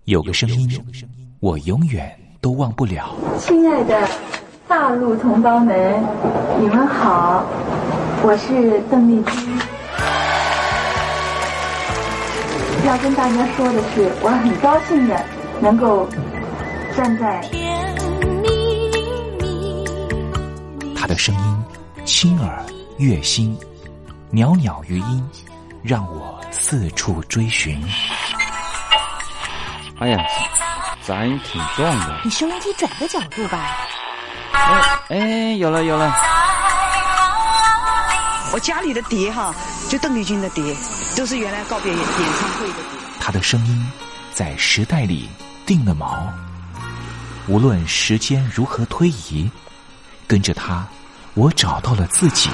有个声音，我永远都忘不了。 亲爱的大陆同胞们，你们好，我是邓丽君。要跟大家说的是，我很高兴的能够站在他的声音轻耳悦心，袅袅余音，让我四处追寻。 哎呀，咱挺壮的。 你收音机转个角度吧。 哎，有了。 我家里的碟哈，就邓丽君的碟，都是原来告别演唱会的碟。 他的声音在时代里定了锚，无论时间如何推移，跟着他，我找到了自己。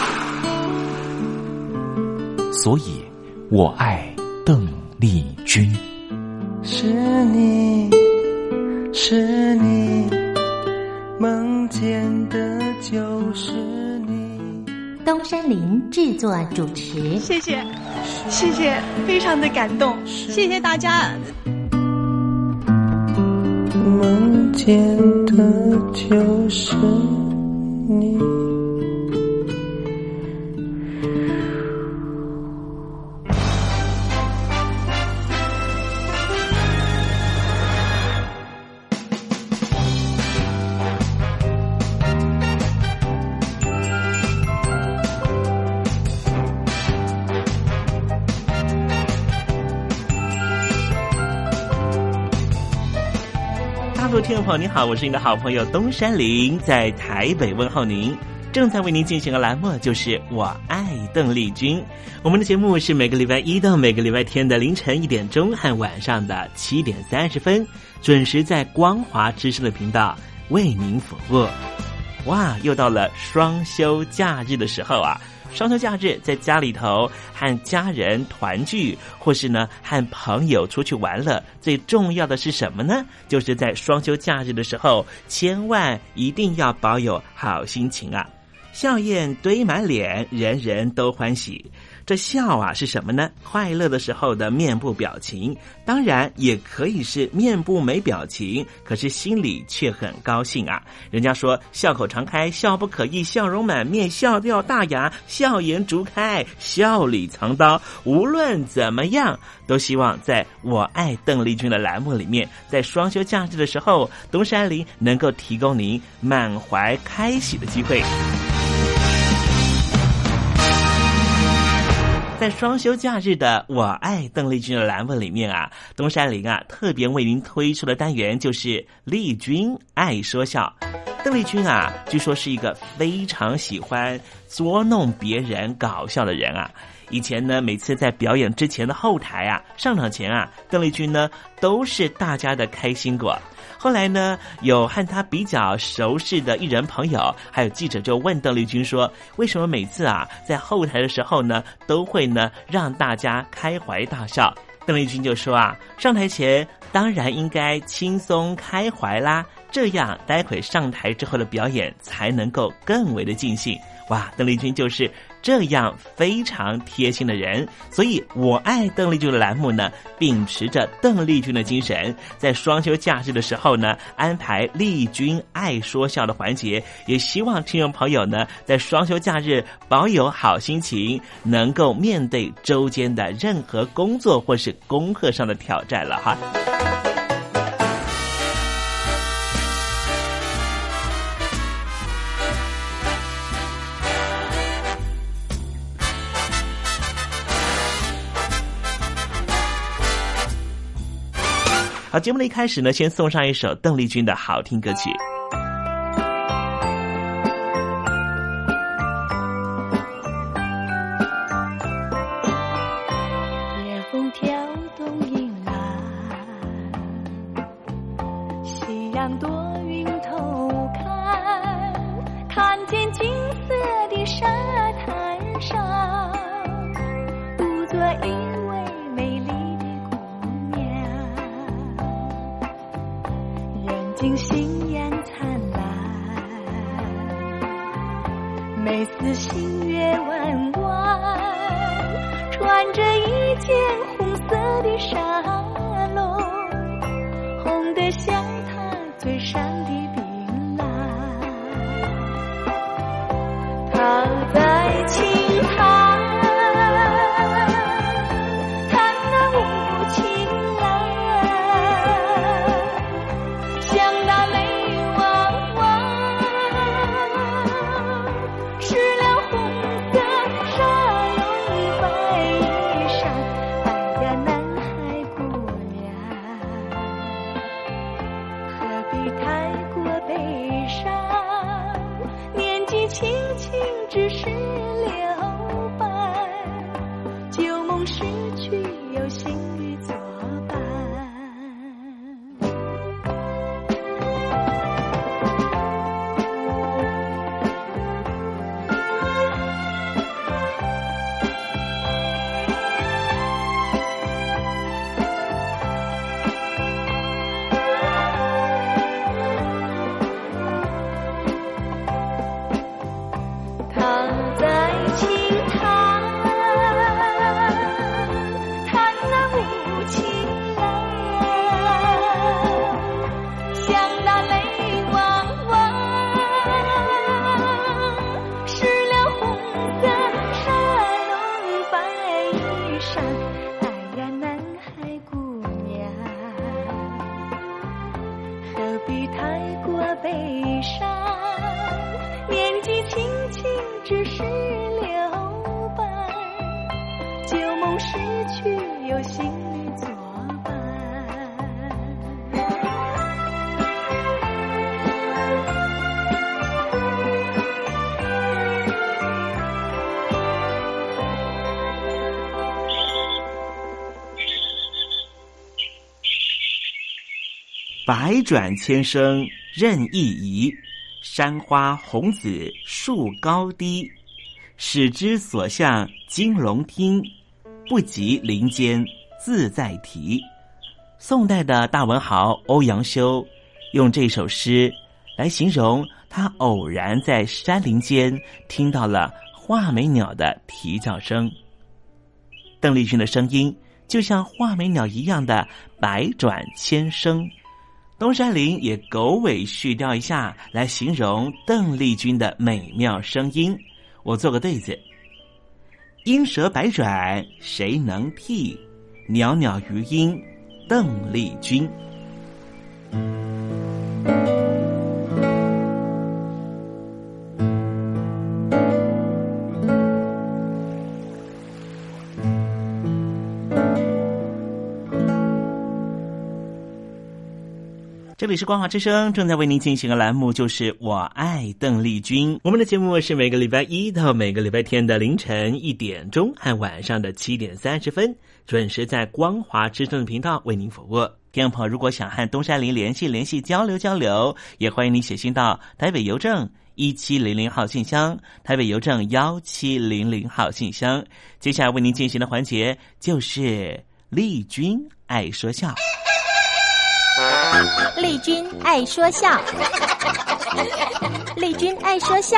所以，我爱邓丽君。 是你，梦见的就是你。 东山林制作主持， 谢谢，非常的感动，谢谢大家。 梦见的就是你。 听众朋友您好，我是您的好朋友东山林，在台北问候您。正在为您进行的栏目就是我爱邓丽君。我们的节目是每个礼拜一到每个礼拜天的凌晨1点钟和晚上的7点30分，准时在光华之声的频道为您服务。哇，又到了双休假日的时候啊！双休假日在家里头和家人团聚，或是呢和朋友出去玩乐，最重要的是什么呢？就是在双休假日的时候，千万一定要保有好心情啊！笑靥堆满脸，人人都欢喜。这笑啊是什么呢？快乐的时候的面部表情，当然也可以是面部没表情，可是心里却很高兴啊。人家说笑口常开，笑不可抑，笑容满面，笑掉大牙，笑颜逐开，笑里藏刀。无论怎么样，都希望在我爱邓丽君的栏目里面，在双休假日的时候，东山林能够提供您满怀开喜的机会。在双休假日的我爱邓丽君的栏目里面啊，东山林啊特别为您推出的单元就是丽君爱说笑。邓丽君啊，据说是一个非常喜欢捉弄别人搞笑的人啊。以前呢，每次在表演之前的后台啊，上场前啊，邓丽君呢都是大家的开心果。后来呢，有和他比较熟识的艺人朋友，还有记者就问邓丽君说，为什么每次啊在后台的时候呢，都会呢让大家开怀大笑？邓丽君就说啊，上台前当然应该轻松开怀啦，这样待会上台之后的表演才能够更为的尽兴。哇，邓丽君就是这样非常贴心的人，所以我爱邓丽君的栏目呢，秉持着邓丽君的精神，在双休假日的时候呢，安排丽君爱说笑的环节，也希望听众朋友呢，在双休假日保有好心情，能够面对周间的任何工作或是功课上的挑战了哈。好，节目的一开始呢，先送上一首邓丽君的好听歌曲。 夜风挑动银兰，夕阳躲云偷看，看见金色的沙滩上，独坐一位美丽尽星眼灿烂，美似星月弯弯，穿着一件红色的纱笼， 也像他嘴上的槟榔。他在轻弹，弹那无情郎，像那泪汪汪，湿了红色纱笼白衣裳。哎呀，男孩姑娘，何必太过悲伤？年纪轻轻只是留白，旧梦逝去有新的作伴。他在轻弹，弹那无情郎，像那泪汪汪，湿了红色纱笼白衣裳。哎呀，男孩姑娘，何必太过悲伤？年纪轻轻只是留白，旧梦逝去有新的作伴。 百转千声任意移，山花红紫树高低。始知所向金龙听，不及林间自在啼。宋代的大文豪欧阳修用这首诗来形容他偶然在山林间听到了画眉鸟的啼叫声。邓丽君的声音就像画眉鸟一样的百转千声，东山林也狗尾续貂一下来形容邓丽君的美妙声音。我做个对子：莺蛇百转谁能替，袅袅余音邓丽君。这里是光华之声，正在为您进行的栏目就是我爱邓丽君。我们的节目是每个礼拜一到每个礼拜天的凌晨1点钟和晚上的7点30分，准时在光华之声的频道为您服务。听众朋友如果想和东山林联系交流，也欢迎你写信到台北邮政1700号信箱，台北邮政1700号信箱。接下来为您进行的环节就是丽君爱说笑。 丽君爱说笑，丽君爱说笑。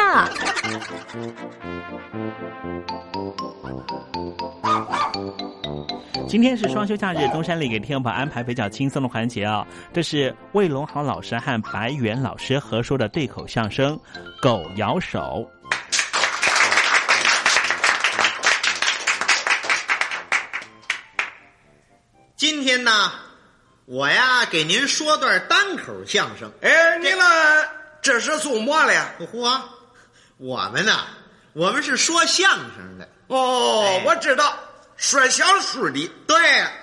今天是双休假日，东山里给听众朋友安排比较轻松的环节哦。这是魏龙豪老师和白元老师合说的对口相声《狗咬手》。 今天呢，我呀给您说段单口相声。 哎，你们这是做么了呀？ 嚯，我们呢，我们是说相声的。 哦，我知道，说相书的。 对，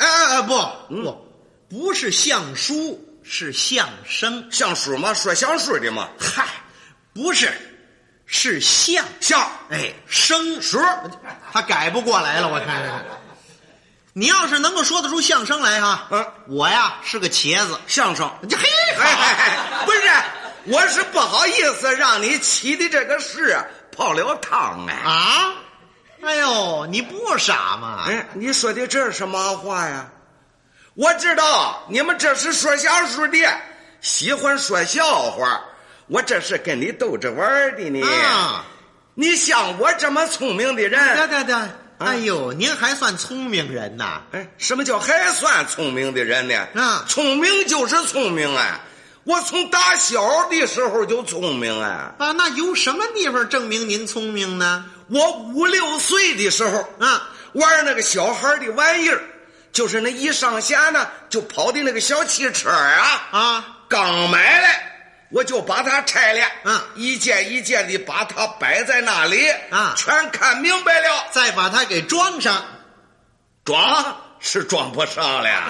不是相书，是相声。 相书吗？说相书的吗？ 嗨，不是，是相。哎，生书，他改不过来了，我看看。你要是能够说得出相声来哈，我呀是个茄子。 相声， 嘿， 不是，我是不好意思让你起的这个事泡了汤哎。 啊，哎呦，你不傻吗？ 哎，你说的这是什么话呀？我知道你们这是说相声的，喜欢说笑话，我这是跟你逗着玩的呢。啊，你像我这么聪明的人， 对， 哎呦，您还算聪明人呐！ 哎，什么叫还算聪明的人呢？ 啊， 聪明就是聪明哎！我从打小的时候就聪明哎！ 啊，那有什么地方证明您聪明呢？ 我5、6岁的时候啊，玩那个小孩的玩意儿，就是那一上线呢就跑的那个小汽车啊，刚买来。我就把它拆了，一件一件的把它摆在那里，全看明白了， 再把它给装上。 装是装不上了。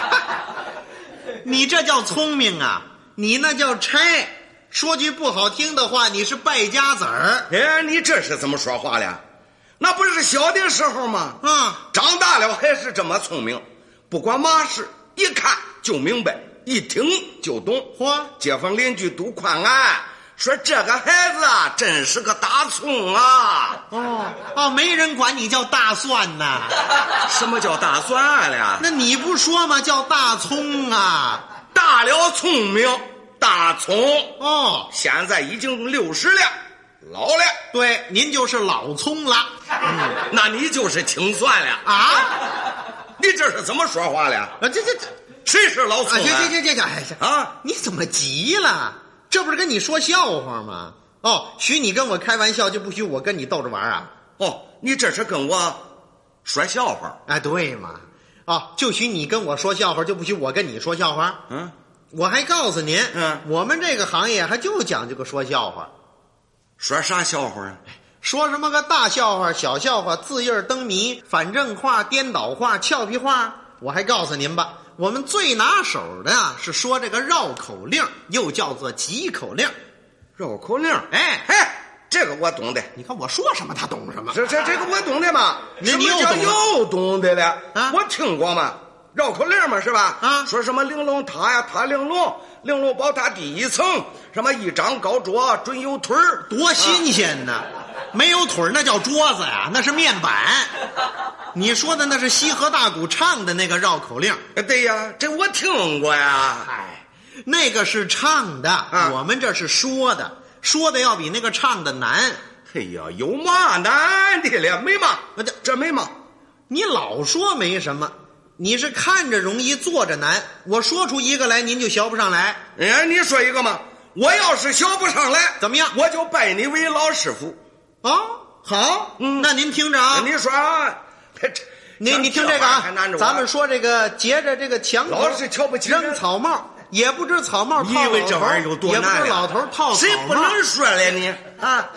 你这叫聪明啊，你那叫拆。说句不好听的话，你是败家子儿。 哎，你这是怎么说话了？那不是小的时候吗？长大了还是这么聪明，不管嘛事，一看就明白。一听就懂，街坊邻居都夸俺，说这个孩子啊，真是个大葱啊！ 没人管你叫大蒜呐。 什么叫大蒜了？ 那你不说吗？叫大葱啊！ 大了聪明，大葱现在已经60了，老了。 对，您就是老葱了。 那你就是青蒜了啊！你这是怎么说话了？ 这。 谁是老葱啊？啊！你怎么急了？这不是跟你说笑话吗？许你跟我开玩笑，就不许我跟你逗着玩啊？ 你这是跟我说笑话？ 哎，对嘛？就许你跟我说笑话，就不许我跟你说笑话？我还告诉您，我们这个行业还就讲究个说笑话。 说啥笑话啊？ 说什么个大笑话、小笑话、字印灯谜、反正话、颠倒话、俏皮话？我还告诉您吧。我们最拿手的是说这个绕口令，又叫做急口令。 绕口令，这个我懂的。 你看我说什么他懂什么。 这个我懂的嘛。什么叫又懂的了？我听过嘛，绕口令嘛是吧？说什么玲珑塔呀，塔玲珑，玲珑宝塔第1层，什么一张高桌准有腿儿， 多新鲜呢！没有腿儿那叫桌子呀，那是面板。你说的那是西河大鼓唱的那个绕口令。 对呀，这我听过呀。 那个是唱的，我们这是说的，说的要比那个唱的难。 哎呀，有嘛难的了？没嘛，这没嘛。 你老说没什么，你是看着容易做着难。我说出一个来，您就学不上来。 你说一个嘛。我要是学不上来， 怎么样？ 我就拜你为老师傅。 好，那您听着啊。 你说你听这个啊，咱们说这个结着这个墙头， 老是瞧不起扔草帽，也不知草帽套你以为这玩意儿有多难？ 也不知老头套草帽。 谁不能说了你啊？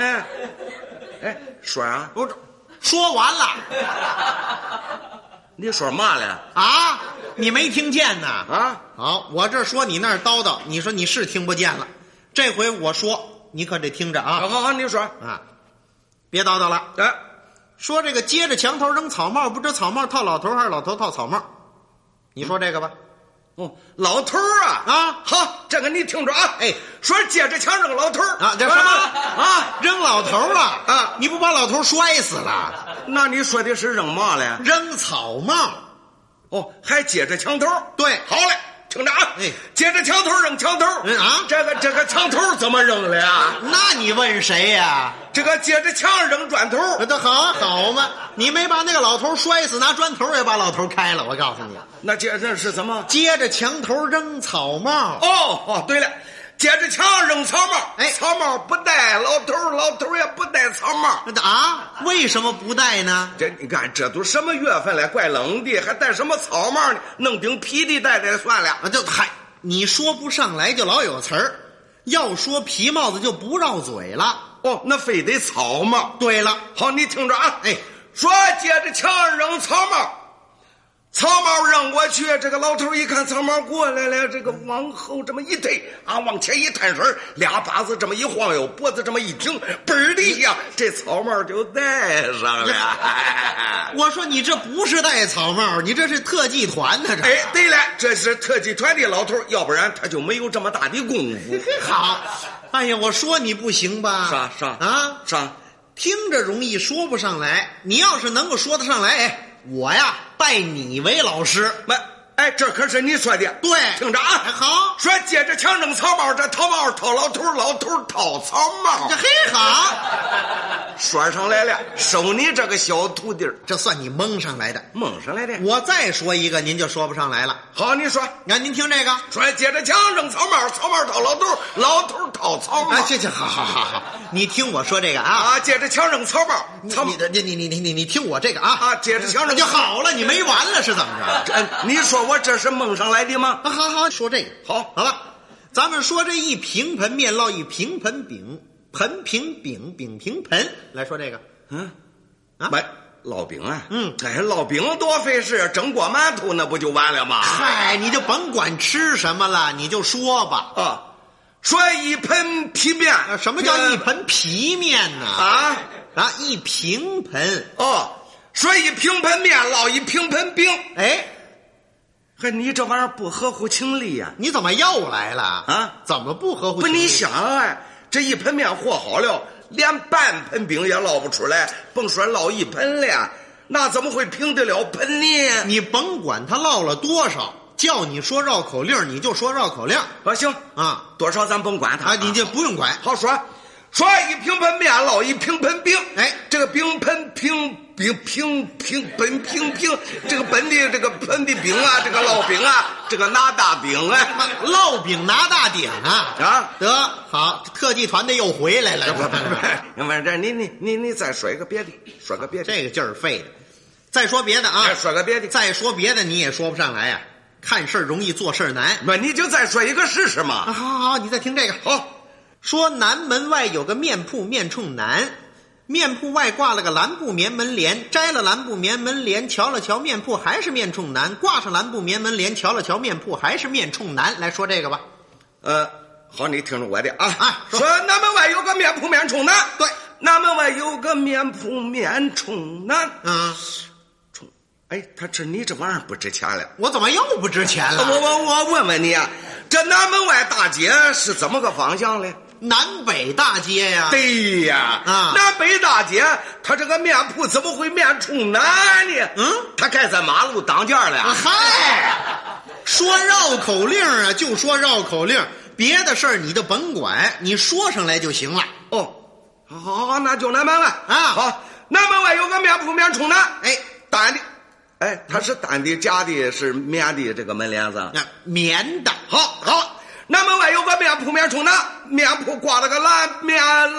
说啊！ 我说完了。 你说嘛了啊？你没听见呢？ 啊？ 好，我这说你那儿叨叨，你说你是听不见了。这回我说，你可得听着啊！ 好，你说啊，别叨叨了。说这个接着墙头扔草帽，不知草帽套老头还是老头套草帽？你说这个吧。 老头啊！好，这个你听着啊！说接着墙扔老头啊，这什么啊？扔老头啊！你不把老头摔死了？ 那你说的是扔嘛了？ 扔草帽。 还接着墙头？ 对， 好嘞，听着啊！接着墙头扔墙头。这个墙头怎么扔了呀？ 那你问谁呀？ 这个接着墙扔砖头。 这好嘛！你没把那个老头摔死，拿砖头也把老头开了。我告诉你， 那接着是什么？ 接着墙头扔草帽。 对了，接着墙扔草帽。草帽不戴老头，老头也不戴草帽啊？为什么不戴呢？ 这你看，这都什么月份了，怪冷的，还戴什么草帽呢？弄顶皮的戴戴算了。 你说不上来就老有词儿，要说皮帽子就不绕嘴了。 那非得草帽。 对了， 好，你听着啊！说接着墙扔草帽。草帽扔过去，这个老头一看草帽过来了，这个往后这么一退啊，往前一探身，俩把子这么一晃悠，脖子这么一挺，嘣儿的一下，这草帽就戴上了。 我说你这不是戴草帽，你这是特技团呢。 对了，这是特技团的老头，要不然他就没有这么大的功夫。 好，哎呀，我说你不行吧？ 啥？ 听着容易，说不上来。你要是能够说得上来，我呀拜你为老师。 哎，这可是你说的。 对， 听着啊， 好。 说接着墙扔草帽，这草帽掏老头，老头掏草帽。 这嘿好， 说上来了，收你这个小徒弟， 这算你蒙上来的。 蒙上来的。 我再说一个，您就说不上来了。 好，你说。 您听这个， 说接着墙扔草帽，草帽掏老头，老头掏草帽。 哎，这好，你听我说这个啊。 接着墙扔草帽， 你听我这个啊。 接着墙扔就好了，你没完了是怎么着？ 你说我这是蒙上来的吗？ 好，说这个好了。咱们说这一平盆面烙一平盆饼，盆平饼，饼平盆，来说这个。 买烙饼啊。哎，烙饼多费事，蒸锅馒头那不就完了吗？ 嗨，你就甭管吃什么了，你就说吧。 说一盆皮面。 什么叫一盆皮面呢？一平盆。 说一平盆面烙一平盆饼。 哎， 你这玩意儿不合乎情理呀！ 你怎么又来了？怎么不合乎情理？ 不，你想这一盆面和好了，连半盆饼也烙不出来，甭说烙一盆了，那怎么会平得了盆呢？ 你甭管他烙了多少，叫你说绕口令你就说绕口令。 行多少咱甭管他你就不用管。 好说一平盆面烙一平盆饼。 哎， 这个饼盆平，这个本的这个盆的饼啊，这个烙饼啊，这个拿大饼烙饼拿大顶得好，特技团的又回来了。 你再说一个别的， 这个劲儿费的。再说别的啊， 说个别的， 再说别的你也说不上来呀。看事儿容易做事儿难。 那你就再说一个试试嘛。 好，你再听这个。 好。 说南门外有个面铺，面冲南，面铺外挂了个蓝布棉门帘，摘了蓝布棉门帘，瞧了瞧面铺还是面冲南，挂上蓝布棉门帘，瞧了瞧面铺还是面冲南。来说这个吧。 好，你听着我的说南门外有个面铺面冲南。 对， 南门外有个面铺面冲南。你这玩意儿不值钱了。 我怎么又不值钱了？ 我问问你这南门外大街是怎么个方向嘞？ 南北大街呀。 对呀，南北大街，他这个面铺怎么会面冲南呢？他盖在马路当间了。 嗨，说绕口令就说绕口令，别的事儿你就甭管，你说上来就行了。 好，那就南门外好，南门外有个面铺面冲南。单的。它是单的，假的，是棉的，这个门帘子。 棉的。 好。南门外有个面铺面冲南，面铺挂了个蓝的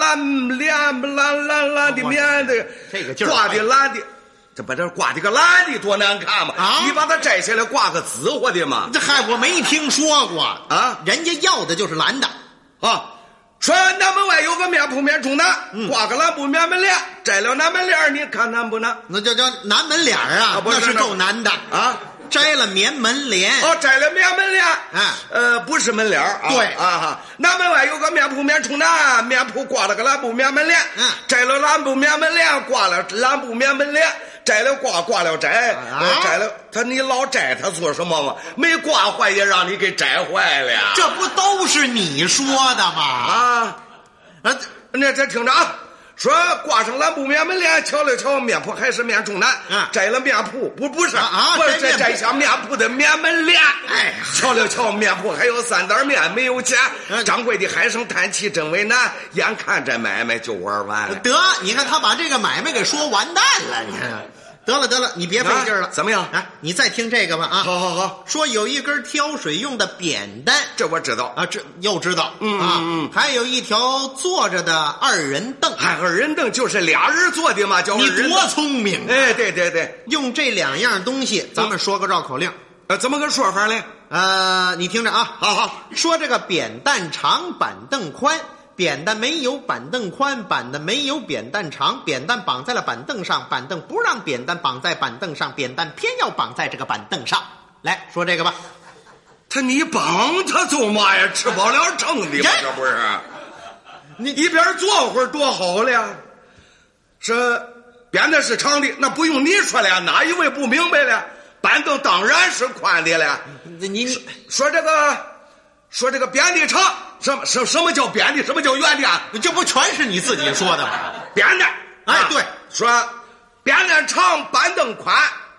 棉的， 这个劲儿挂的蓝的，这把这挂的个蓝的多难看嘛！你把它摘下来挂个紫货的嘛？ 我没听说过人家要的就是蓝的说南门外有个面铺面冲南，挂个蓝布棉门帘，摘了南门帘，你看难不难？ 那就叫南门帘那是够难的摘了棉门帘。 摘了棉门帘。不是门帘对南门外有个面铺面冲南，面铺挂了个蓝布棉门帘。摘了蓝布棉门帘，挂了蓝布棉门帘，摘了挂了摘。摘了你老摘它做什么嘛？没挂坏也让你给摘坏了。 这不都是你说的吗？ 那这听着说挂上蓝布棉门帘，瞧了瞧面铺还是面冲南。摘了面铺不是摘下面铺的棉门帘。瞧了瞧面铺还有3袋面没有钱。掌柜的唉声叹气真为难，眼看这买卖就玩完了。 得，你看他把这个买卖给说完蛋了。你看得了，你别费劲了。 怎么样你再听这个吧好。 说有一根挑水用的扁担， 这我知道这又知道还有一条坐着的2人凳。 2人凳就是俩人坐的嘛，叫你多聪明对， 用这2样东西咱们说个绕口令。 怎么个说法呢？ 你听着好。说这个扁担长，板凳宽，扁担没有板凳宽，板凳没有扁担长，扁担绑在了板凳上，板凳不让扁担绑在板凳上，扁担偏要绑在这个板凳上。来说这个吧。 你绑他做嘛呀？吃饱了撑的吧？这不是？你一边坐会儿多好了。是扁担是长的，那不用你说了，哪一位不明白了？板凳当然是宽的了。 你说这个扁的长，什么叫扁的？什么叫圆的？ 这不全是你自己说的吗？ 扁担。 对， 说扁担长，板凳宽，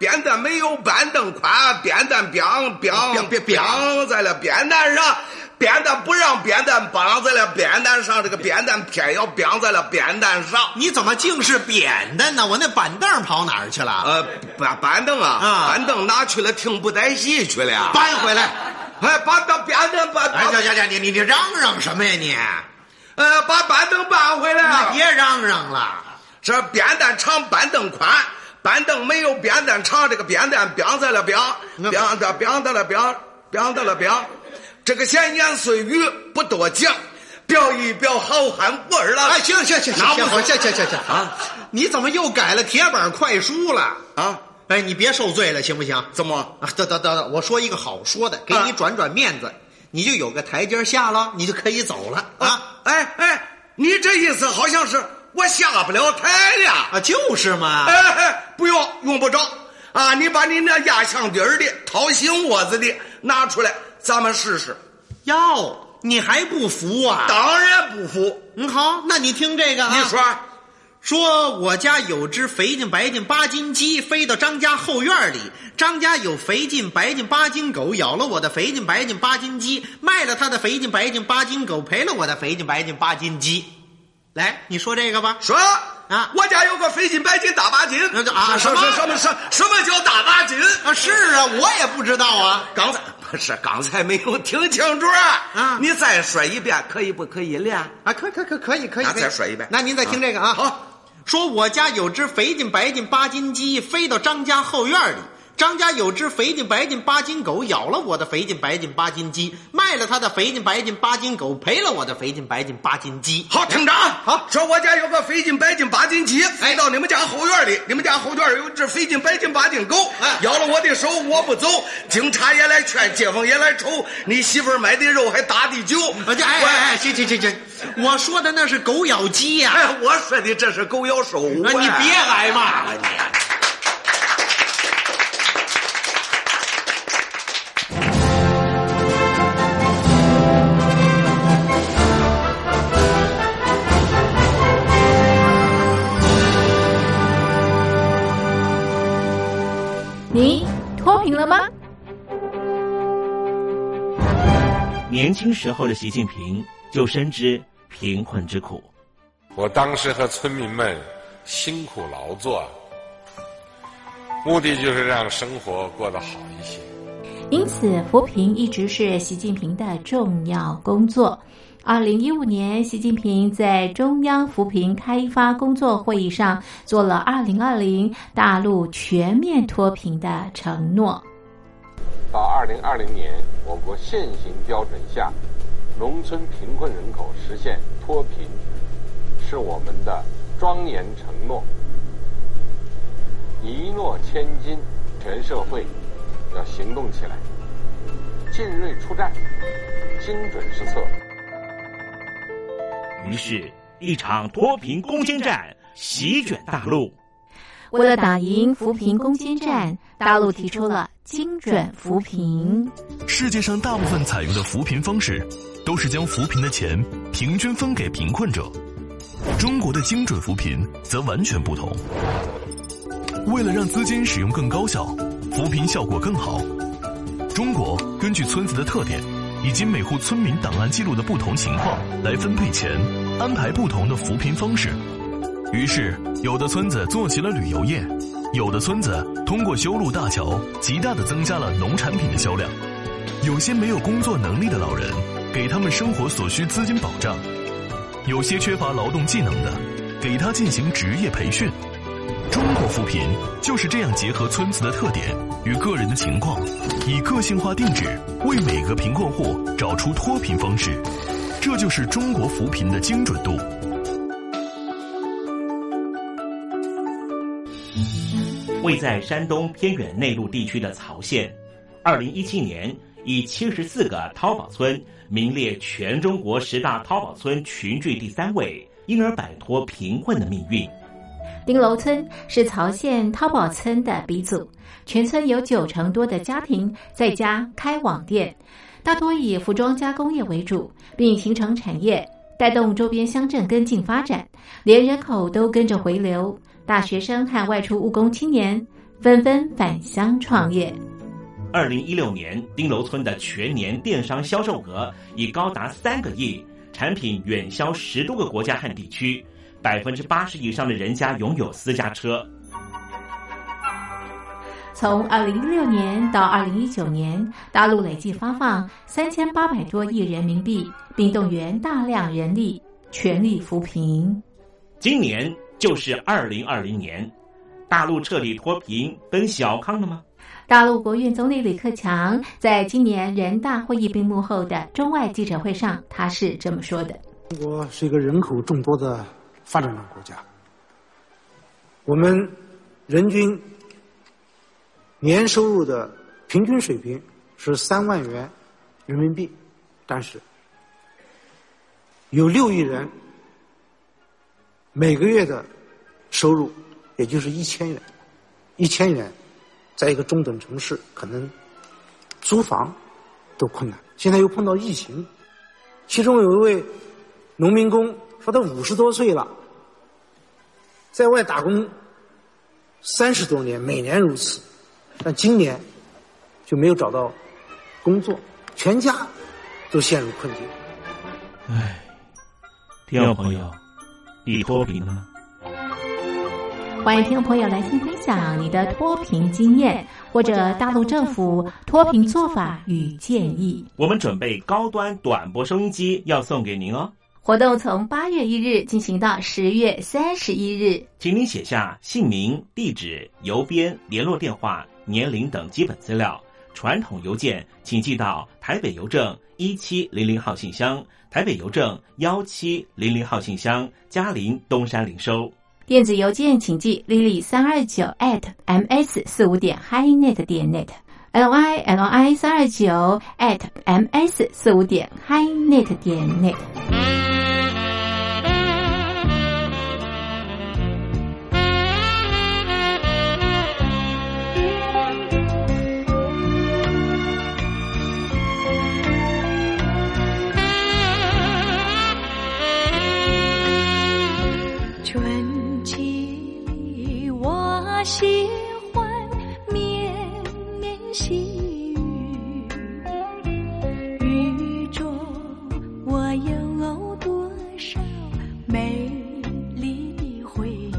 扁担没有板凳宽，扁担绑在了扁担上，扁担不让扁担绑在了扁担上，这个扁担偏要绑在了扁担上。 你怎么净是扁担呢？我那板凳跑哪儿去了？ 板凳啊，板凳拿去了听布袋戏去了， 搬回来。 哎，把扁担搬。 哎呀，你嚷嚷什么呀你？ 把板凳搬回来。 那别嚷嚷了。 这扁担长，板凳宽，板凳没有扁担长，这个扁担绑在了绑到了绑。这个闲言碎语不多讲，表一表好汉味儿了。 哎，行，啊！你怎么又改了铁板快书了啊？哎，你别受罪了，行不行？ 怎么啊？等，我说一个好说的，给你转面子，你就有个台阶下了，你就可以走了啊！ 哎，你这意思好像是我下不了台了啊？就是嘛！ 不用不着啊！你把你那压箱底儿的、掏心窝子的拿出来，咱们试试。 哟，你还不服啊？ 当然不服。 好，那你听这个啊。 你说我家有只肥劲白劲8斤鸡飞到张家后院里，张家有肥劲白劲8斤狗咬了我的肥劲白劲8斤鸡，卖了他的肥劲白劲8斤狗，赔了我的肥劲白劲8斤鸡。来，你说这个吧。 说啊，我家有个肥劲白劲大8斤啊！什么叫大8斤啊？是啊，我也不知道啊。 刚才没有听清楚啊！你再说一遍，可以不可以了？ 啊，可以。 那再说一遍。 那您再听这个啊。 好。 说我家有只肥劲白劲8斤鸡飞到张家后院里，张家有只肥劲白劲8斤狗咬了我的肥劲白劲8斤鸡，卖了他的肥劲白劲8斤狗，赔了我的肥劲白劲8斤鸡。 好，厅长，好，说我家有个肥劲白劲8斤鸡飞到你们家后院里，你们家后院有只肥劲白劲8斤狗，咬了我的手我不走，警察也来劝，街坊也来瞅，你媳妇买的肉还打的酒。 行，我说的那是狗咬鸡呀。 我说的这是狗咬手。 你别挨骂了你。 你脱贫了吗？ 年轻时候的习近平就深知贫困之苦。 我当时和村民们辛苦劳作，目的就是让生活过得好一些。 因此，扶贫一直是习近平的重要工作。2015年，习近平在中央扶贫开发工作会议上做了2020大陆全面脱贫的承诺。 到2020年，我国现行标准下，农村贫困人口实现脱贫，是我们的庄严承诺。一诺千金，全社会要行动起来，进锐出战，精准施策。 于是，一场脱贫攻坚战席卷大陆。 为了打赢扶贫攻坚战，大陆提出了精准扶贫。 世界上大部分采用的扶贫方式，都是将扶贫的钱平均分给贫困者。中国的精准扶贫则完全不同。为了让资金使用更高效，扶贫效果更好，中国根据村子的特点以及每户村民档案记录的不同情况来分配钱，安排不同的扶贫方式。于是，有的村子做起了旅游业，有的村子通过修路大桥，极大地增加了农产品的销量。有些没有工作能力的老人，给他们生活所需资金保障；有些缺乏劳动技能的，给他进行职业培训。中国扶贫就是这样结合村子的特点与个人的情况，以个性化定制为每个贫困户找出脱贫方式，这就是中国扶贫的精准度。 位在山东偏远内陆地区的曹县，2017年以74个淘宝村名列全中国10大淘宝村群聚第3位，因而摆脱贫困的命运。 丁楼村是曹县淘宝村的鼻祖，全村有90%多的家庭在家开网店，大多以服装加工业为主，并形成产业，带动周边乡镇跟进发展，连人口都跟着回流。大学生和外出务工青年纷纷返乡创业。 2016年，丁楼村的全年电商销售额已高达3个亿，产品远销10多个国家和地区，80%以上的人家拥有私家车。 从2016年到2019年，大陆累计发放3800多亿人民币，并动员大量人力，全力扶贫。 今年就是2020年，大陆彻底脱贫分小康了吗？ 大陆国务院总理李克强在今年人大会议闭幕后的中外记者会上，他是这么说的： 中国是一个人口众多的发展中国家，我们人均年收入的平均水平是3万元人民币，但是有6亿人每个月的收入也就是1000元，1000元在一个中等城市可能租房都困难，现在又碰到疫情，其中有一位农民工说他50多岁了，在外打工30多年，每年如此，但今年就没有找到工作，全家都陷入困境。 唉，听众朋友，你脱贫了吗？ 欢迎听众朋友来信分享你的脱贫经验，或者大陆政府脱贫做法与建议。 我们准备高端短波收音机要送给您哦。 活动从8月1日进行到10月31日， 请您写下姓名、地址、邮编、联络电话、年龄等基本资料。传统邮件请寄到台北邮政1700号信箱，台北邮政1700号信箱，嘉陵东山零收。 电子邮件请寄 lily329@ms45.highnet.net lily329@ms45.highnet.net。 喜欢绵绵细雨，雨中我有多少美丽的回忆。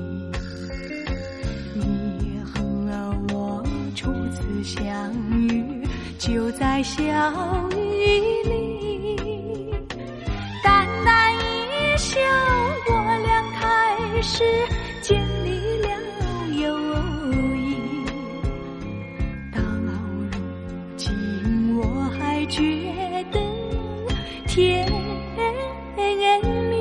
你和我初次相遇，就在小雨里，淡淡一笑，我俩开始建立了友谊，到如今我还觉得甜蜜。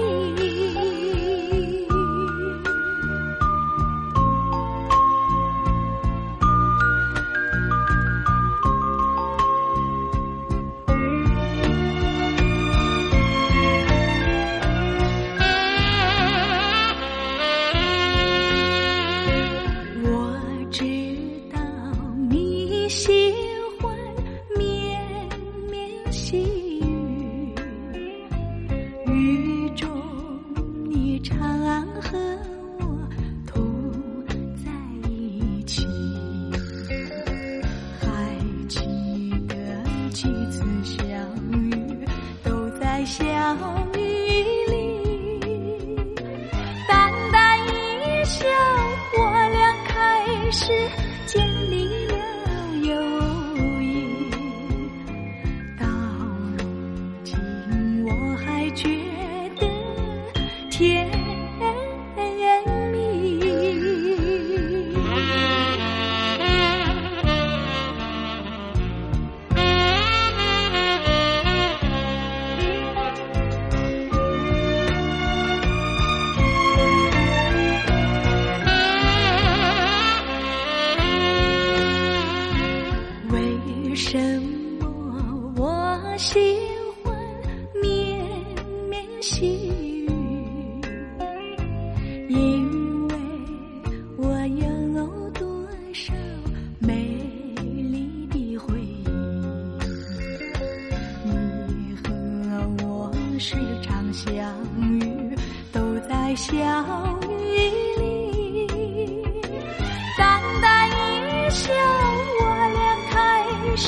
小雨里，淡淡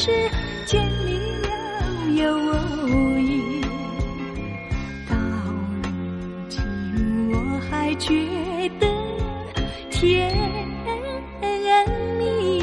是建立了友谊。到如今我还觉得甜蜜。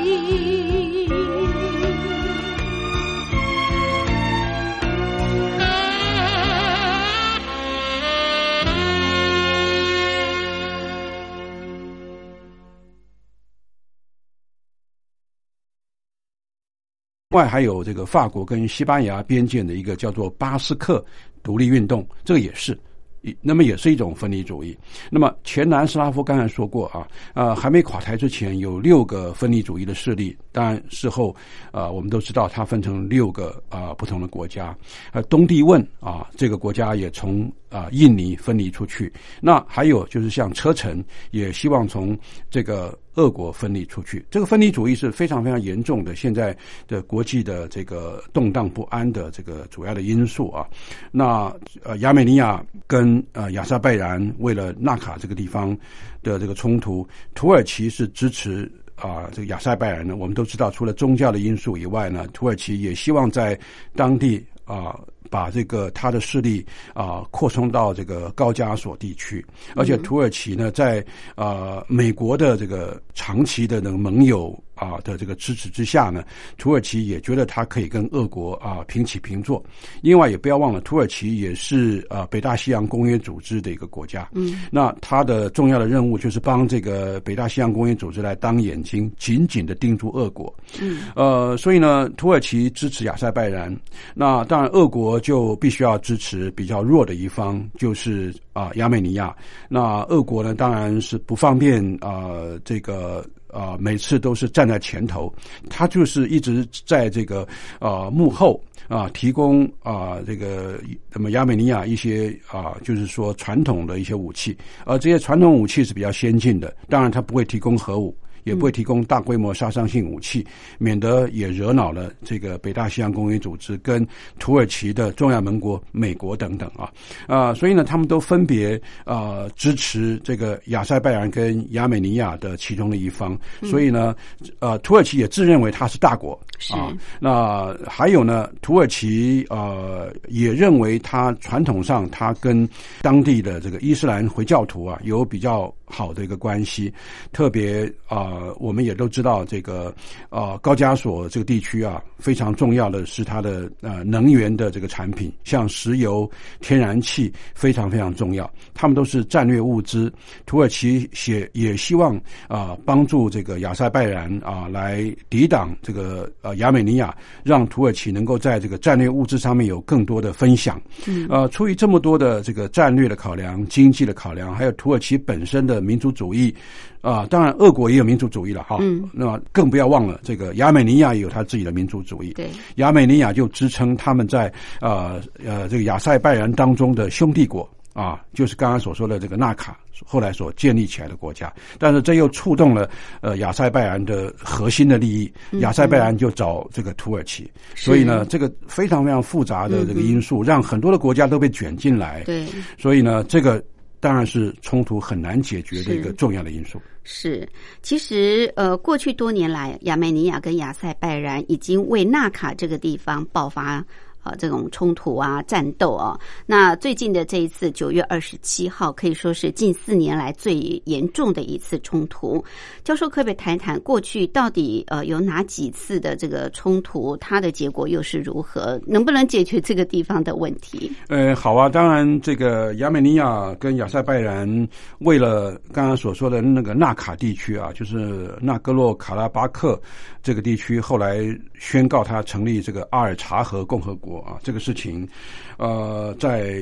外还有这个法国跟西班牙边界的一个叫做巴斯克独立运动，这个也是。那么也是一种分离主义。那么前南斯拉夫刚才说过还没垮台之前有6个分离主义的势力，当然事后我们都知道它分成6个不同的国家。东帝汶这个国家也从印尼分离出去。那还有就是像车臣也希望从这个俄国分离出去。这个分离主义是非常非常严重的，现在的国际的这个动荡不安的这个主要的因素那亚美尼亚跟亚塞拜然为了纳卡这个地方的这个冲突，土耳其是支持这个亚塞拜然呢。我们都知道，除了宗教的因素以外呢，土耳其也希望在当地把这个他的势力扩充到这个高加索地区。而且土耳其呢，在美国的这个长期的那个盟友的这个支持之下呢，土耳其也觉得他可以跟俄国平起平坐。另外也不要忘了，土耳其也是北大西洋公约组织的一个国家。那他的重要的任务就是帮这个北大西洋公约组织来当眼睛，紧紧的盯住俄国。所以呢，土耳其支持亚塞拜然，那当然俄国就必须要支持比较弱的一方，就是亚美尼亚。那俄国呢，当然是不方便这个每次都是站在前头，他就是一直在这个幕后提供这个那么亚美尼亚一些就是说传统的一些武器，而这些传统武器是比较先进的，当然他不会提供核武，也不会提供大规模杀伤性武器，免得也惹恼了这个北大西洋公约组织跟土耳其的重要盟国美国等等所以呢，他们都分别支持这个亚塞拜然跟亚美尼亚的其中的一方。所以呢，土耳其也自认为他是大国那还有呢，土耳其也认为他传统上他跟当地的这个伊斯兰回教徒有比较好的一个关系，特别我们也都知道这个高加索这个地区非常重要的是它的能源的这个产品，像石油、天然气非常非常重要，他们都是战略物资。土耳其也希望帮助这个亚塞拜然来抵挡这个亚美尼亚，让土耳其能够在这个战略物资上面有更多的分享。出于这么多的这个战略的考量、经济的考量，还有土耳其本身的民族主义当然俄国也有民族主义了那么更不要忘了这个亚美尼亚也有他自己的民族主义。 对， 亚美尼亚就支撑他们在这个亚塞拜然当中的兄弟国就是刚刚所说的这个纳卡后来所建立起来的国家。但是这又触动了亚塞拜然的核心的利益，亚塞拜然就找这个土耳其。所以呢，这个非常非常复杂的这个因素让很多的国家都被卷进来。 对， 所以呢，这个当然是冲突很难解决的一个重要的因素。 是，其实过去多年来，亚美尼亚跟亚塞拜然已经为纳卡这个地方爆发这种冲突战斗那最近的这一次9月27号可以说是近4年来最严重的一次冲突。教授可不可以谈谈过去到底有哪几次的这个冲突，它的结果又是如何，能不能解决这个地方的问题？ 好当然这个亚美尼亚跟亚塞拜然为了刚刚所说的那个纳卡地区就是纳戈洛卡拉巴克这个地区，后来宣告他成立这个阿尔察河共和国这个事情在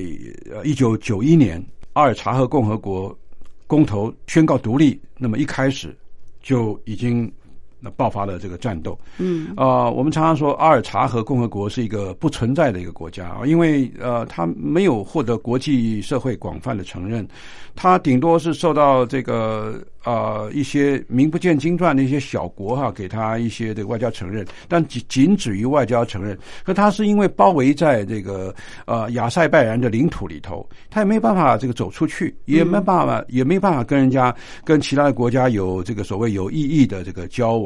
1991年阿尔察河共和国公投宣告独立，那么一开始就已经爆发了这个战斗。我们常常说阿尔察河共和国是一个不存在的一个国家因为它没有获得国际社会广泛的承认，它顶多是受到这个一些名不见经传的一些小国给他一些的外交承认，但仅止于外交承认。可它是因为包围在这个亚塞拜然的领土里头，它也没办法这个走出去，也没办法跟其他的国家有这个所谓有意义的这个交往。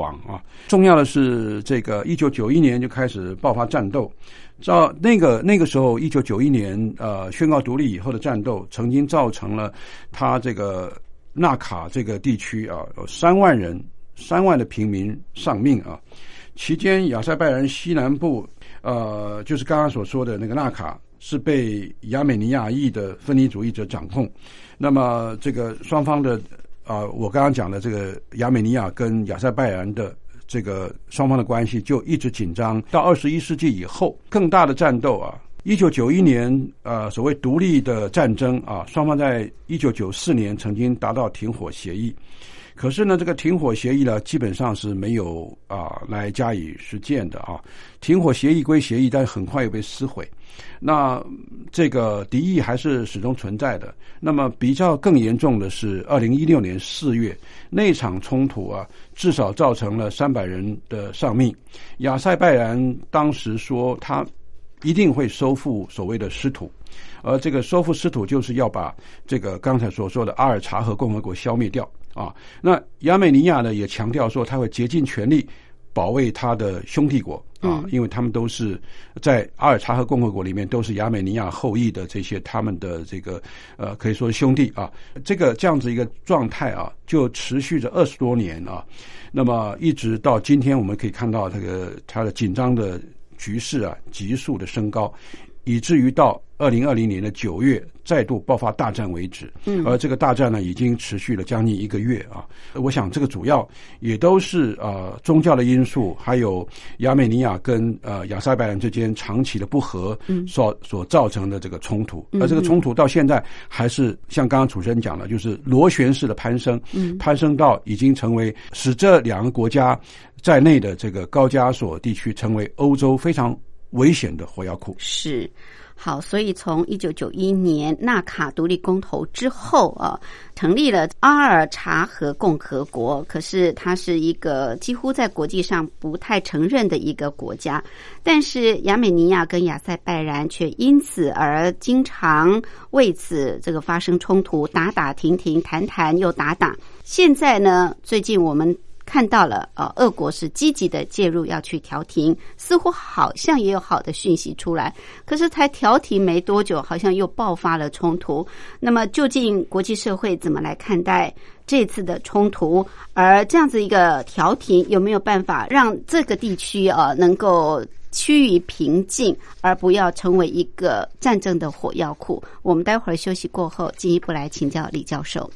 亡啊。重要的是，这个1991年就开始爆发战斗。照那个时候，1991年宣告独立以后的战斗，曾经造成了他这个纳卡这个地区啊，有3万的平民丧命啊。期间，亚塞拜然西南部就是刚刚所说的那个纳卡，是被亚美尼亚裔的分离主义者掌控。那么这个双方的我刚刚讲的这个亚美尼亚跟亚塞拜然的这个双方的关系就一直紧张，到21世纪以后，更大的战斗啊，1991年所谓独立的战争啊，双方在1994年曾经达到停火协议。可是呢，这个停火协议呢，基本上是没有来加以实践的啊。停火协议归协议，但是很快又被撕毁。那这个敌意还是始终存在的。那么比较更严重的是2016年4月那场冲突啊，至少造成了300人的丧命。亚塞拜然当时说他一定会收复所谓的失土，而这个收复失土就是要把这个刚才所说的阿尔察荷共和国消灭掉啊。那亚美尼亚呢也强调说他会竭尽全力保卫他的兄弟国啊，因为他们都是在阿尔察荷共和国里面都是亚美尼亚后裔的这些他们的这个可以说是兄弟啊。这样子一个状态啊，就持续着20多年啊。那么一直到今天，我们可以看到它的紧张的局势啊急速的升高，以至于到2020年的9月再度爆发大战为止。而这个大战呢，已经持续了将近1个月啊。我想这个主要也都是宗教的因素，还有亚美尼亚跟亚塞拜然之间长期的不和所造成的这个冲突。而这个冲突到现在还是像刚刚主持人讲的，就是螺旋式的攀升，攀升到已经成为使这2个国家在内的这个高加索地区成为欧洲非常危险的火药库。 是。好，所以从1991年纳卡独立公投之后成立了阿尔察荷共和国，可是它是一个几乎在国际上不太承认的一个国家，但是亚美尼亚跟亚塞拜然却因此而经常为此这个发生冲突，打打停停，谈谈又打打。现在呢，最近我们看到了俄国是积极的介入要去调停，似乎好像也有好的讯息出来，可是才调停没多久，好像又爆发了冲突。那么究竟国际社会怎么来看待这次的冲突？而这样子一个调停有没有办法让这个地区能够趋于平静，而不要成为一个战争的火药库？我们待会儿休息过后进一步来请教李教授。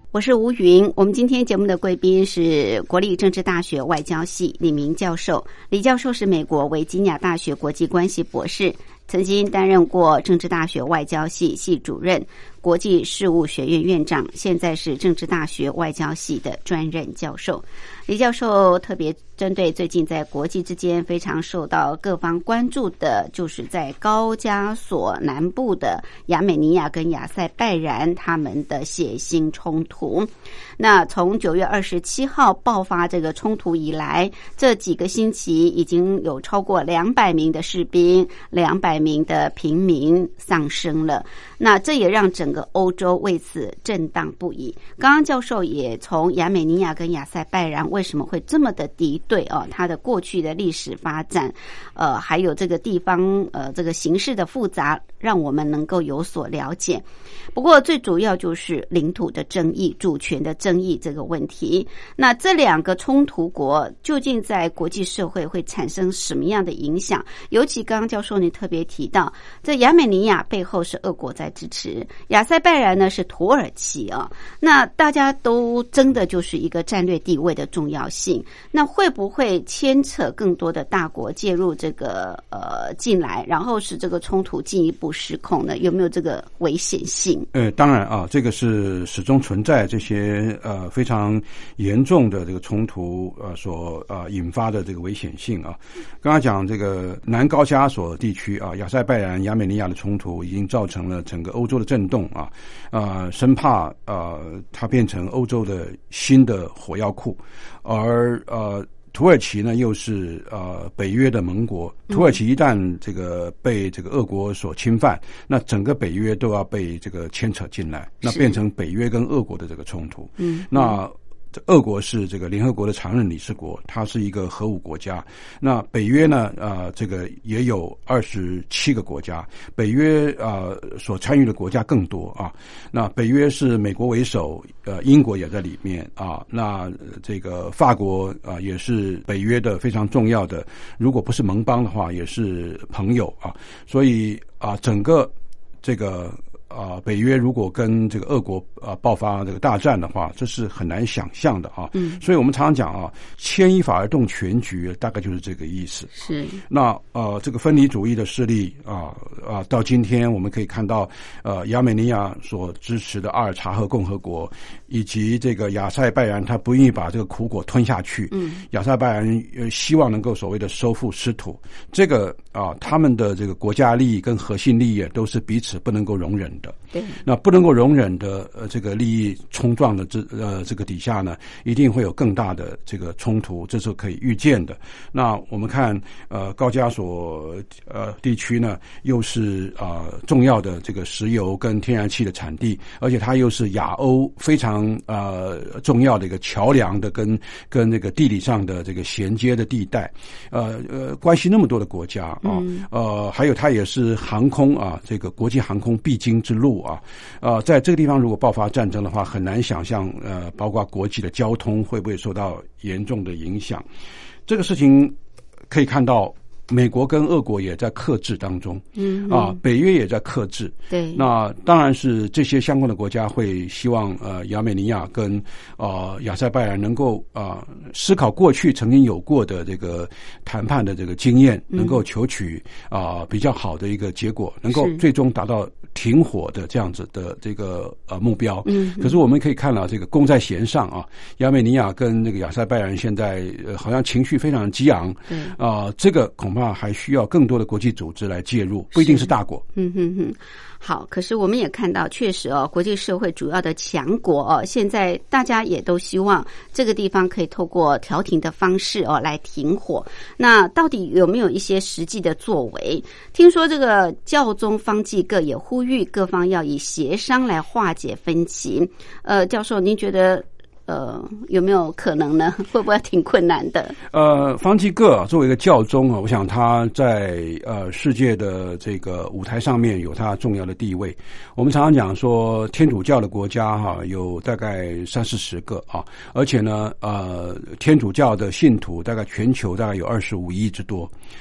我是吴云。我们今天节目的贵宾是国立政治大学外交系李明教授。李教授是美国维吉尼亚大学国际关系博士，曾经担任过政治大学外交系系主任、国际事务学院院长，现在是政治大学外交系的专任教授。李教授特别针对最近在国际之间非常受到各方关注的，就是在高加索南部的亚美尼亚跟亚塞拜然他们的血腥冲突。那从9月27号爆发这个冲突以来，这几个星期已经有超过200名的士兵、200名的平民丧生了。那这也让整个欧洲为此震荡不已。刚刚教授也从亚美尼亚跟亚塞拜然为什么会这么的敌对它的过去的历史发展，还有这个地方这个形势的复杂，让我们能够有所了解。不过最主要就是领土的争议、主权的争议这个问题。那这两个冲突国究竟在国际社会会产生什么样的影响？尤其刚刚教授你特别提到，这亚美尼亚背后是俄国在支持，亚塞拜然呢是土耳其那大家都争的就是一个战略地位的重要性。那会不会牵扯更多的大国介入这个进来，然后使这个冲突进一步失控呢？有没有这个危险性？ 当然这个是始终存在这些非常严重的这个冲突所引发的这个危险性刚刚讲这个南高加索地区亚塞拜然、亚美尼亚的冲突已经造成了整个欧洲的震动生怕它变成欧洲的新的火药库，而土耳其呢又是北约的盟国，土耳其一旦这个被这个俄国所侵犯，那整个北约都要被这个牵扯进来，那变成北约跟俄国的这个冲突。那俄国是这个联合国的常任理事国，它是一个核武国家。那北约呢这个也有27个国家，北约所参与的国家更多那北约是美国为首，英国也在里面那这个法国也是北约的非常重要的，如果不是盟邦的话也是朋友所以整个这个北约如果跟这个俄国爆发这个大战的话，这是很难想象的所以我们常常讲牵一发而动全局，大概就是这个意思。 是。 那这个分离主义的势力到今天我们可以看到亚美尼亚所支持的阿尔察赫共和国，以及这个亚塞拜然，他不愿意把这个苦果吞下去。亚塞拜然希望能够所谓的收复失土，这个他们的这个国家利益跟核心利益都是彼此不能够容忍的。 对。 那不能够容忍的这个利益冲撞的这个底下呢，一定会有更大的这个冲突，这是可以预见的。那我们看高加索地区呢，又是重要的这个石油跟天然气的产地，而且它又是亚欧非常重要的一个桥梁的跟这个地理上的这个衔接的地带，关系那么多的国家还有它也是航空这个国际航空必经之路在这个地方如果爆发战争的话，很难想象包括国际的交通会不会受到严重的影响。这个事情可以看到美国跟俄国也在克制当中，北约也在克制。 对， 那当然是这些相关的国家会希望亚美尼亚跟亚塞拜然能够思考过去曾经有过的这个谈判的这个经验，能够求取比较好的一个结果，能够最终达到停火的这样子的这个目标。可是我们可以看到这个功在弦上亚美尼亚跟那个亚塞拜然现在好像情绪非常激昂，这个恐怕还需要更多的国际组织来介入，不一定是大国。 好，可是我们也看到，确实国际社会主要的强国现在大家也都希望这个地方可以透过调停的方式来停火。那到底有没有一些实际的作为？听说这个教宗方济各也呼吁各方要以协商来化解分歧。教授，您觉得有没有可能呢？会不会挺困难的？ 方济各作为一个教宗我想他在世界的这个舞台上面有他重要的地位。我们常常讲说天主教的国家有大概30-40个而且呢天主教的信徒大概全球大概有25亿之多。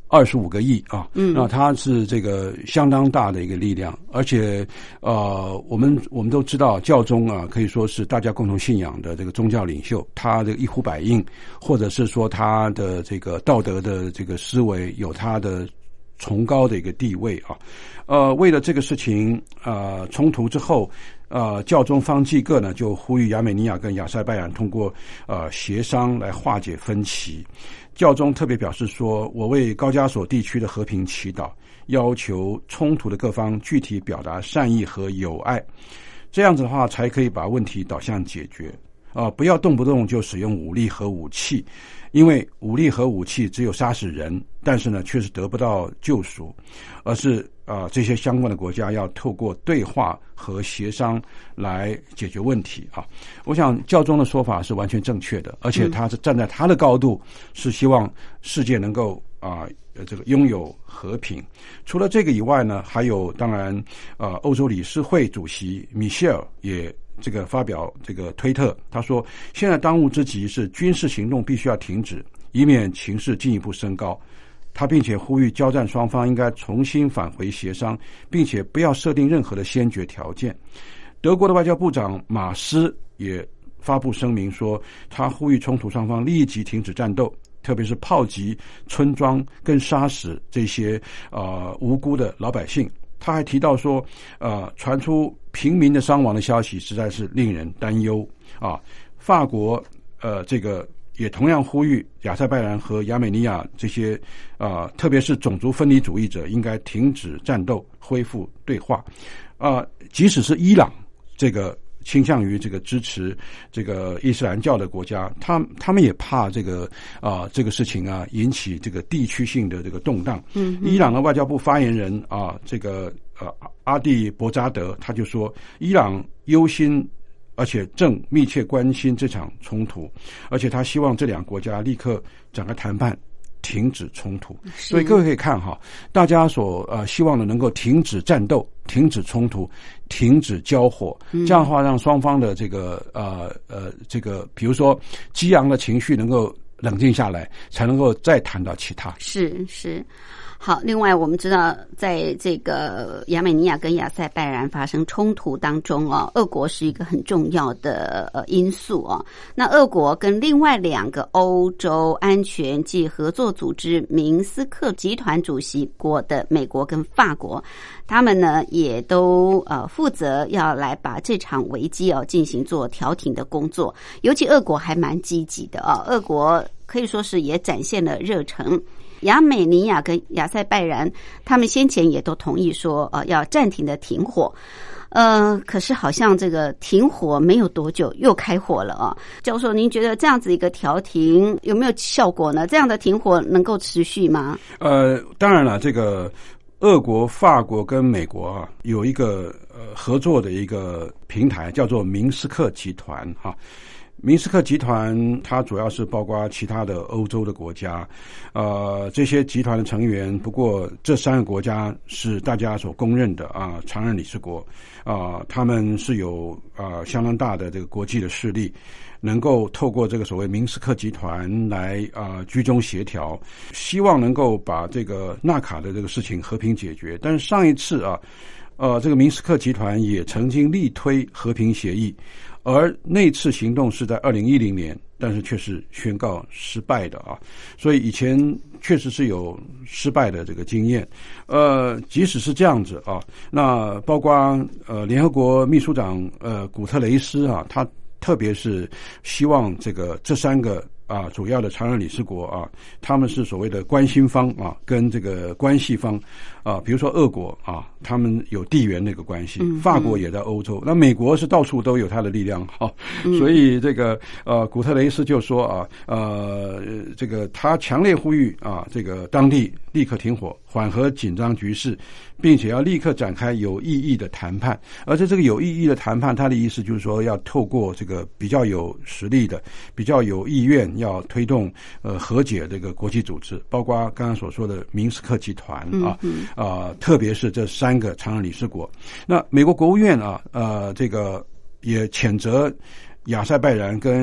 25个亿啊，那它是这个相当大的一个力量，而且我们都知道教宗啊，可以说是大家共同信仰的这个宗教领袖，他的一呼百应，或者是说他的这个道德的这个思维有他的崇高的一个地位啊，为了这个事情冲突之后。教宗方济各呢就呼吁亚美尼亚跟亚塞拜然通过协商来化解分歧。教宗特别表示说，我为高加索地区的和平祈祷，要求冲突的各方具体表达善意和友爱，这样子的话才可以把问题导向解决不要动不动就使用武力和武器，因为武力和武器只有杀死人，但是呢却是得不到救赎，而是这些相关的国家要透过对话和协商来解决问题啊。我想教宗的说法是完全正确的，而且他是站在他的高度，是希望世界能够这个拥有和平。除了这个以外呢，还有当然欧洲理事会主席米歇尔也这个发表这个推特，他说现在当务之急是军事行动必须要停止，以免情势进一步升高。他并且呼吁交战双方应该重新返回协商，并且不要设定任何的先决条件。德国的外交部长马斯也发布声明说，他呼吁冲突双方立即停止战斗，特别是炮击村庄跟杀死这些无辜的老百姓。他还提到说传出平民的伤亡的消息实在是令人担忧法国这个也同样呼吁亚塞拜然和亚美尼亚这些特别是种族分离主义者应该停止战斗，恢复对话即使是伊朗这个倾向于这个支持这个伊斯兰教的国家，他们也怕这个事情引起这个地区性的这个动荡。伊朗的外交部发言人这个阿蒂博扎德他就说，伊朗忧心而且正密切关心这场冲突，而且他希望这两个国家立刻展开谈判，停止冲突。所以各位可以看大家所希望的能够停止战斗，停止冲突，停止交火，这样的话让双方的这个这个比如说激昂的情绪能够冷静下来，才能够再谈到其他。是。好，另外我们知道在这个亚美尼亚跟亚塞拜然发生冲突当中俄国是一个很重要的因素那俄国跟另外2个欧洲安全及合作组织明斯克集团主席国的美国跟法国，他们呢也都负责要来把这场危机进行做调停的工作，尤其俄国还蛮积极的俄国可以说是也展现了热忱。亚美尼亚跟亚塞拜然他们先前也都同意说要暂停的停火，可是好像这个停火没有多久又开火了教授，您觉得这样子一个调停有没有效果呢？这样的停火能够持续吗？当然了，这个俄国、法国跟美国有一个合作的一个平台叫做明斯克集团明斯克集团它主要是包括其他的欧洲的国家，这些集团的成员，不过这3个国家是大家所公认的常任理事国，他们是有相当大的这个国际的势力，能够透过这个所谓明斯克集团来居中协调，希望能够把这个纳卡的这个事情和平解决。但是上一次这个明斯克集团也曾经力推和平协议，而那次行动是在2010年，但是却是宣告失败的所以以前确实是有失败的这个经验。即使是这样子那包括联合国秘书长古特雷斯他特别是希望这3个主要的常任理事国他们是所谓的关心方跟这个关系方比如说俄国他们有地缘那个关系，法国也在欧洲，那美国是到处都有它的力量所以这个古特雷斯就说这个他强烈呼吁这个当地立刻停火，缓和紧张局势，并且要立刻展开有意义的谈判。而且这个有意义的谈判，他的意思就是说要透过这个比较有实力的、比较有意愿要推动和解这个国际组织，包括刚刚所说的明斯克集团特别是这3个常任理事国。那美国国务院这个也谴责亚塞拜然跟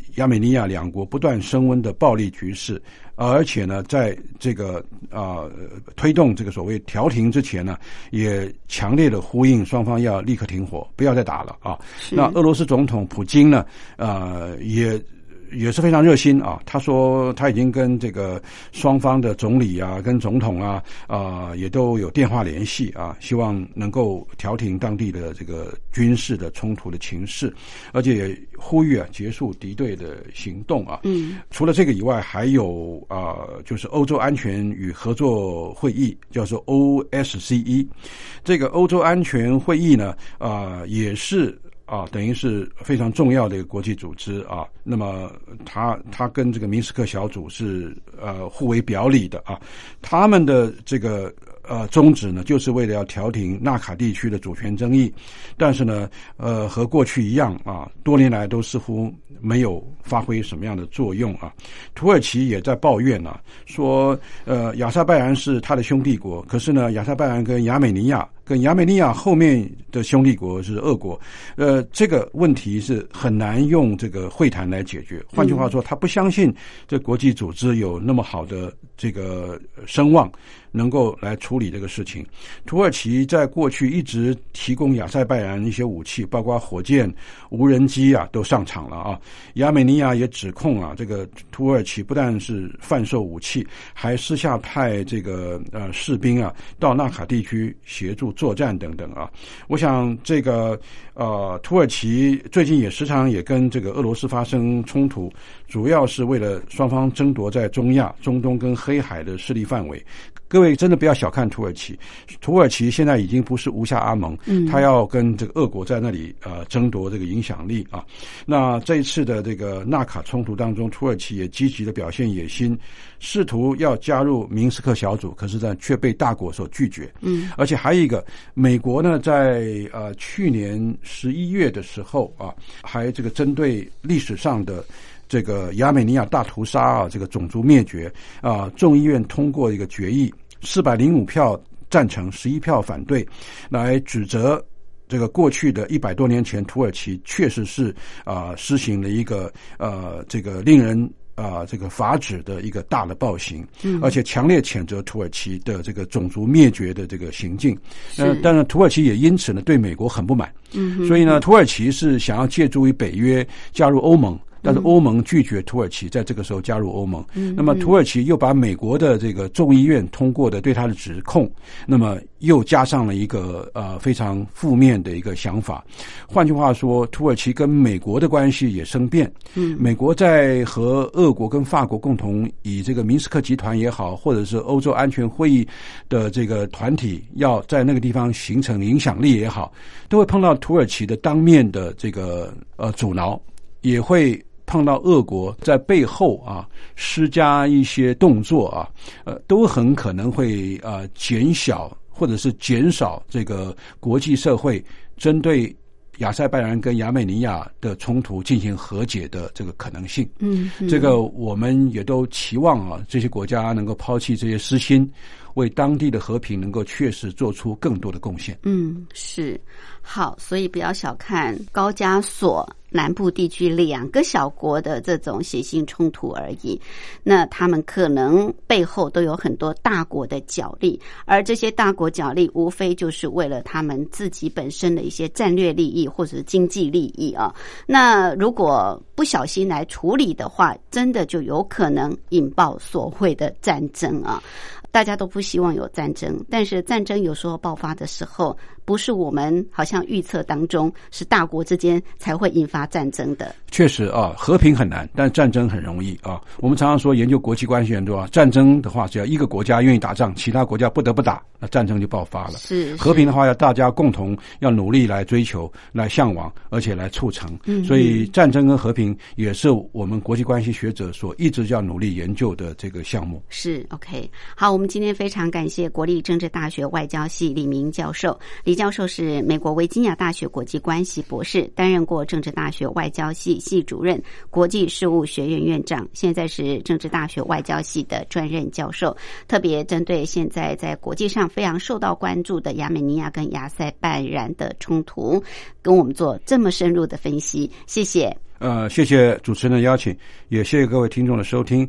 亚美尼亚两国不断升温的暴力局势，而且呢，在这个推动这个所谓调停之前呢，也强烈的呼应双方要立刻停火，不要再打了啊。那俄罗斯总统普京呢，也是非常热心啊。他说他已经跟这个双方的总理啊、跟总统啊也都有电话联系啊，希望能够调停当地的这个军事的冲突的情势，而且也呼吁结束敌对的行动啊。除了这个以外，还有就是欧洲安全与合作会议，叫做 OSCE。这个欧洲安全会议呢，也是等于是非常重要的一个国际组织啊。那么它跟这个明斯克小组是互为表里的啊。他们的这个宗旨呢，就是为了要调停纳卡地区的主权争议，但是呢，和过去一样啊，多年来都似乎没有发挥什么样的作用啊。土耳其也在抱怨啊，说亚塞拜然是他的兄弟国，可是呢，亚塞拜然跟亚美尼亚后面的兄弟国是俄国，这个问题是很难用这个会谈来解决。换句话说，他不相信这国际组织有那么好的这个声望，能够来处理这个事情。土耳其在过去一直提供亚塞拜然一些武器，包括火箭、无人机都上场了啊。亚美尼亚也指控这个土耳其不但是贩售武器，还私下派这个士兵到纳卡地区协助作战等等啊。我想这个土耳其最近也时常也跟这个俄罗斯发生冲突，主要是为了双方争夺在中亚、中东跟黑海的势力范围。各位真的不要小看土耳其，土耳其现在已经不是无下阿蒙，他要跟这个俄国在那里争夺这个影响力啊。那这一次的这个纳卡冲突当中，土耳其也积极的表现野心，试图要加入明斯克小组，可是呢却被大国所拒绝。而且还有一个，美国呢在去年11月的时候还这个针对历史上的这个亚美尼亚大屠杀这个种族灭绝众议院通过一个决议，405票赞成，11票反对，来指责这个过去的100多年前土耳其确实是施行了一个这个令人这个法指的一个大的暴行，而且强烈谴责土耳其的这个种族灭绝的这个行径。但是土耳其也因此呢对美国很不满，所以呢土耳其是想要借助于北约加入欧盟，但是欧盟拒绝土耳其在这个时候加入欧盟。那么土耳其又把美国的这个众议院通过的对他的指控，那么又加上了一个非常负面的一个想法。换句话说，土耳其跟美国的关系也生变。美国在和俄国跟法国共同以这个明斯克集团也好，或者是欧洲安全会议的这个团体要在那个地方形成影响力也好，都会碰到土耳其的当面的这个阻挠，也会碰到俄国在背后施加一些动作都很可能会减小或者是减少这个国际社会针对亚塞拜然跟亚美尼亚的冲突进行和解的这个可能性。这个我们也都期望这些国家能够抛弃这些私心，为当地的和平能够确实做出更多的贡献。 是好，所以不要小看高加索南部地区2个小国的这种血腥冲突而已，那他们可能背后都有很多大国的角力，而这些大国角力无非就是为了他们自己本身的一些战略利益或者是经济利益那如果不小心来处理的话，真的就有可能引爆所谓的战争大家都不希望有战争，但是战争有时候爆发的时候，不是我们好像预测当中是大国之间才会引发战争的。 确实和平很难，但战争很容易我们常常说研究国际关系很多战争的话，只要一个国家愿意打仗，其他国家不得不打，那战争就爆发了。和平的话，要大家共同要努力来追求、来向往，而且来促成。所以战争跟和平也是我们国际关系学者所一直要努力研究的这个项目。 是 OK。 好，我们们今天非常感谢国立政治大学外交系李明教授。李教授是美国维吉尼亚大学国际关系博士，担任过政治大学外交系系主任、国际事务学院院长，现在是政治大学外交系的专任教授，特别针对现在在国际上非常受到关注的亚美尼亚跟亚塞拜然的冲突，跟我们做这么深入的分析。谢谢。 谢谢主持人的邀请，也谢谢各位听众的收听。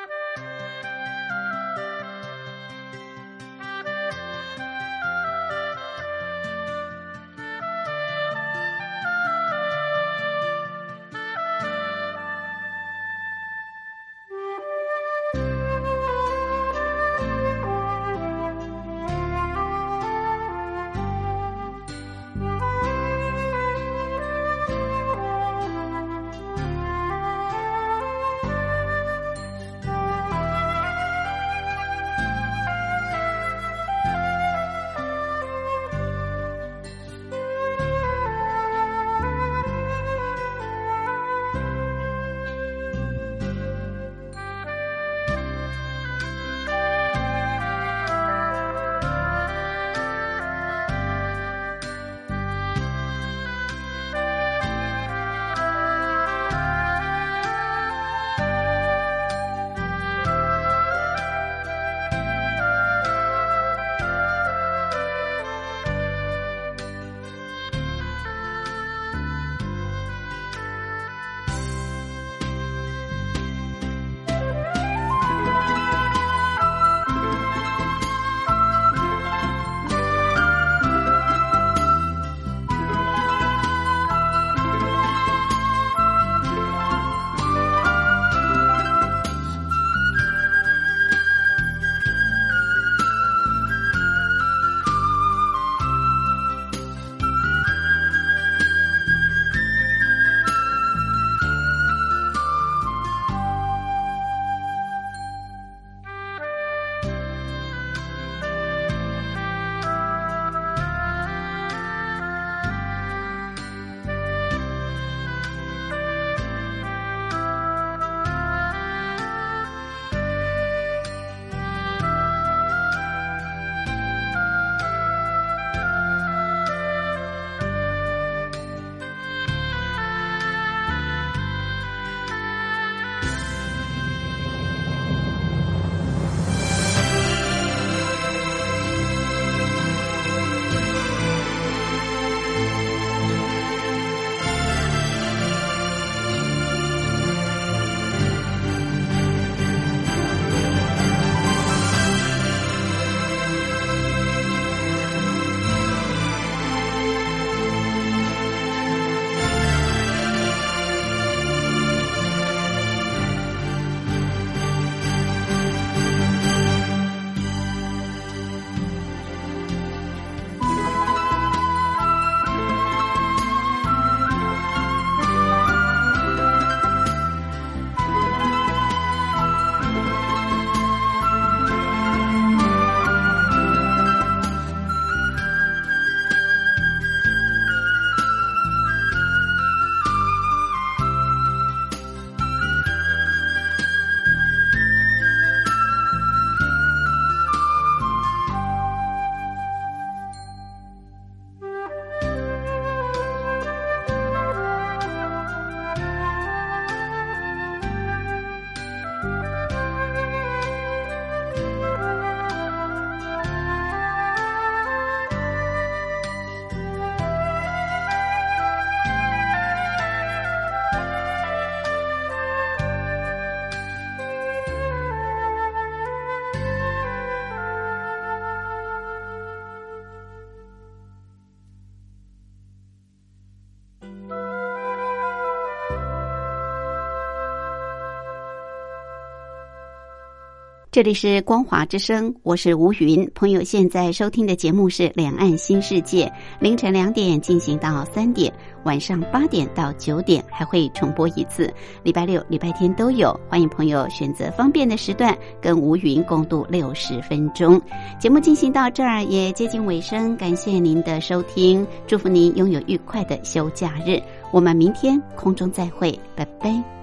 这里是光华之声，我是吴云。朋友现在收听的节目是两岸新世界，凌晨2点进行到3点，晚上8点到9点还会重播一次，礼拜六、礼拜天都有。欢迎朋友选择方便的时段跟吴云共度60分钟。节目进行到这儿也接近尾声，感谢您的收听，祝福您拥有愉快的休假日。我们明天空中再会，拜拜。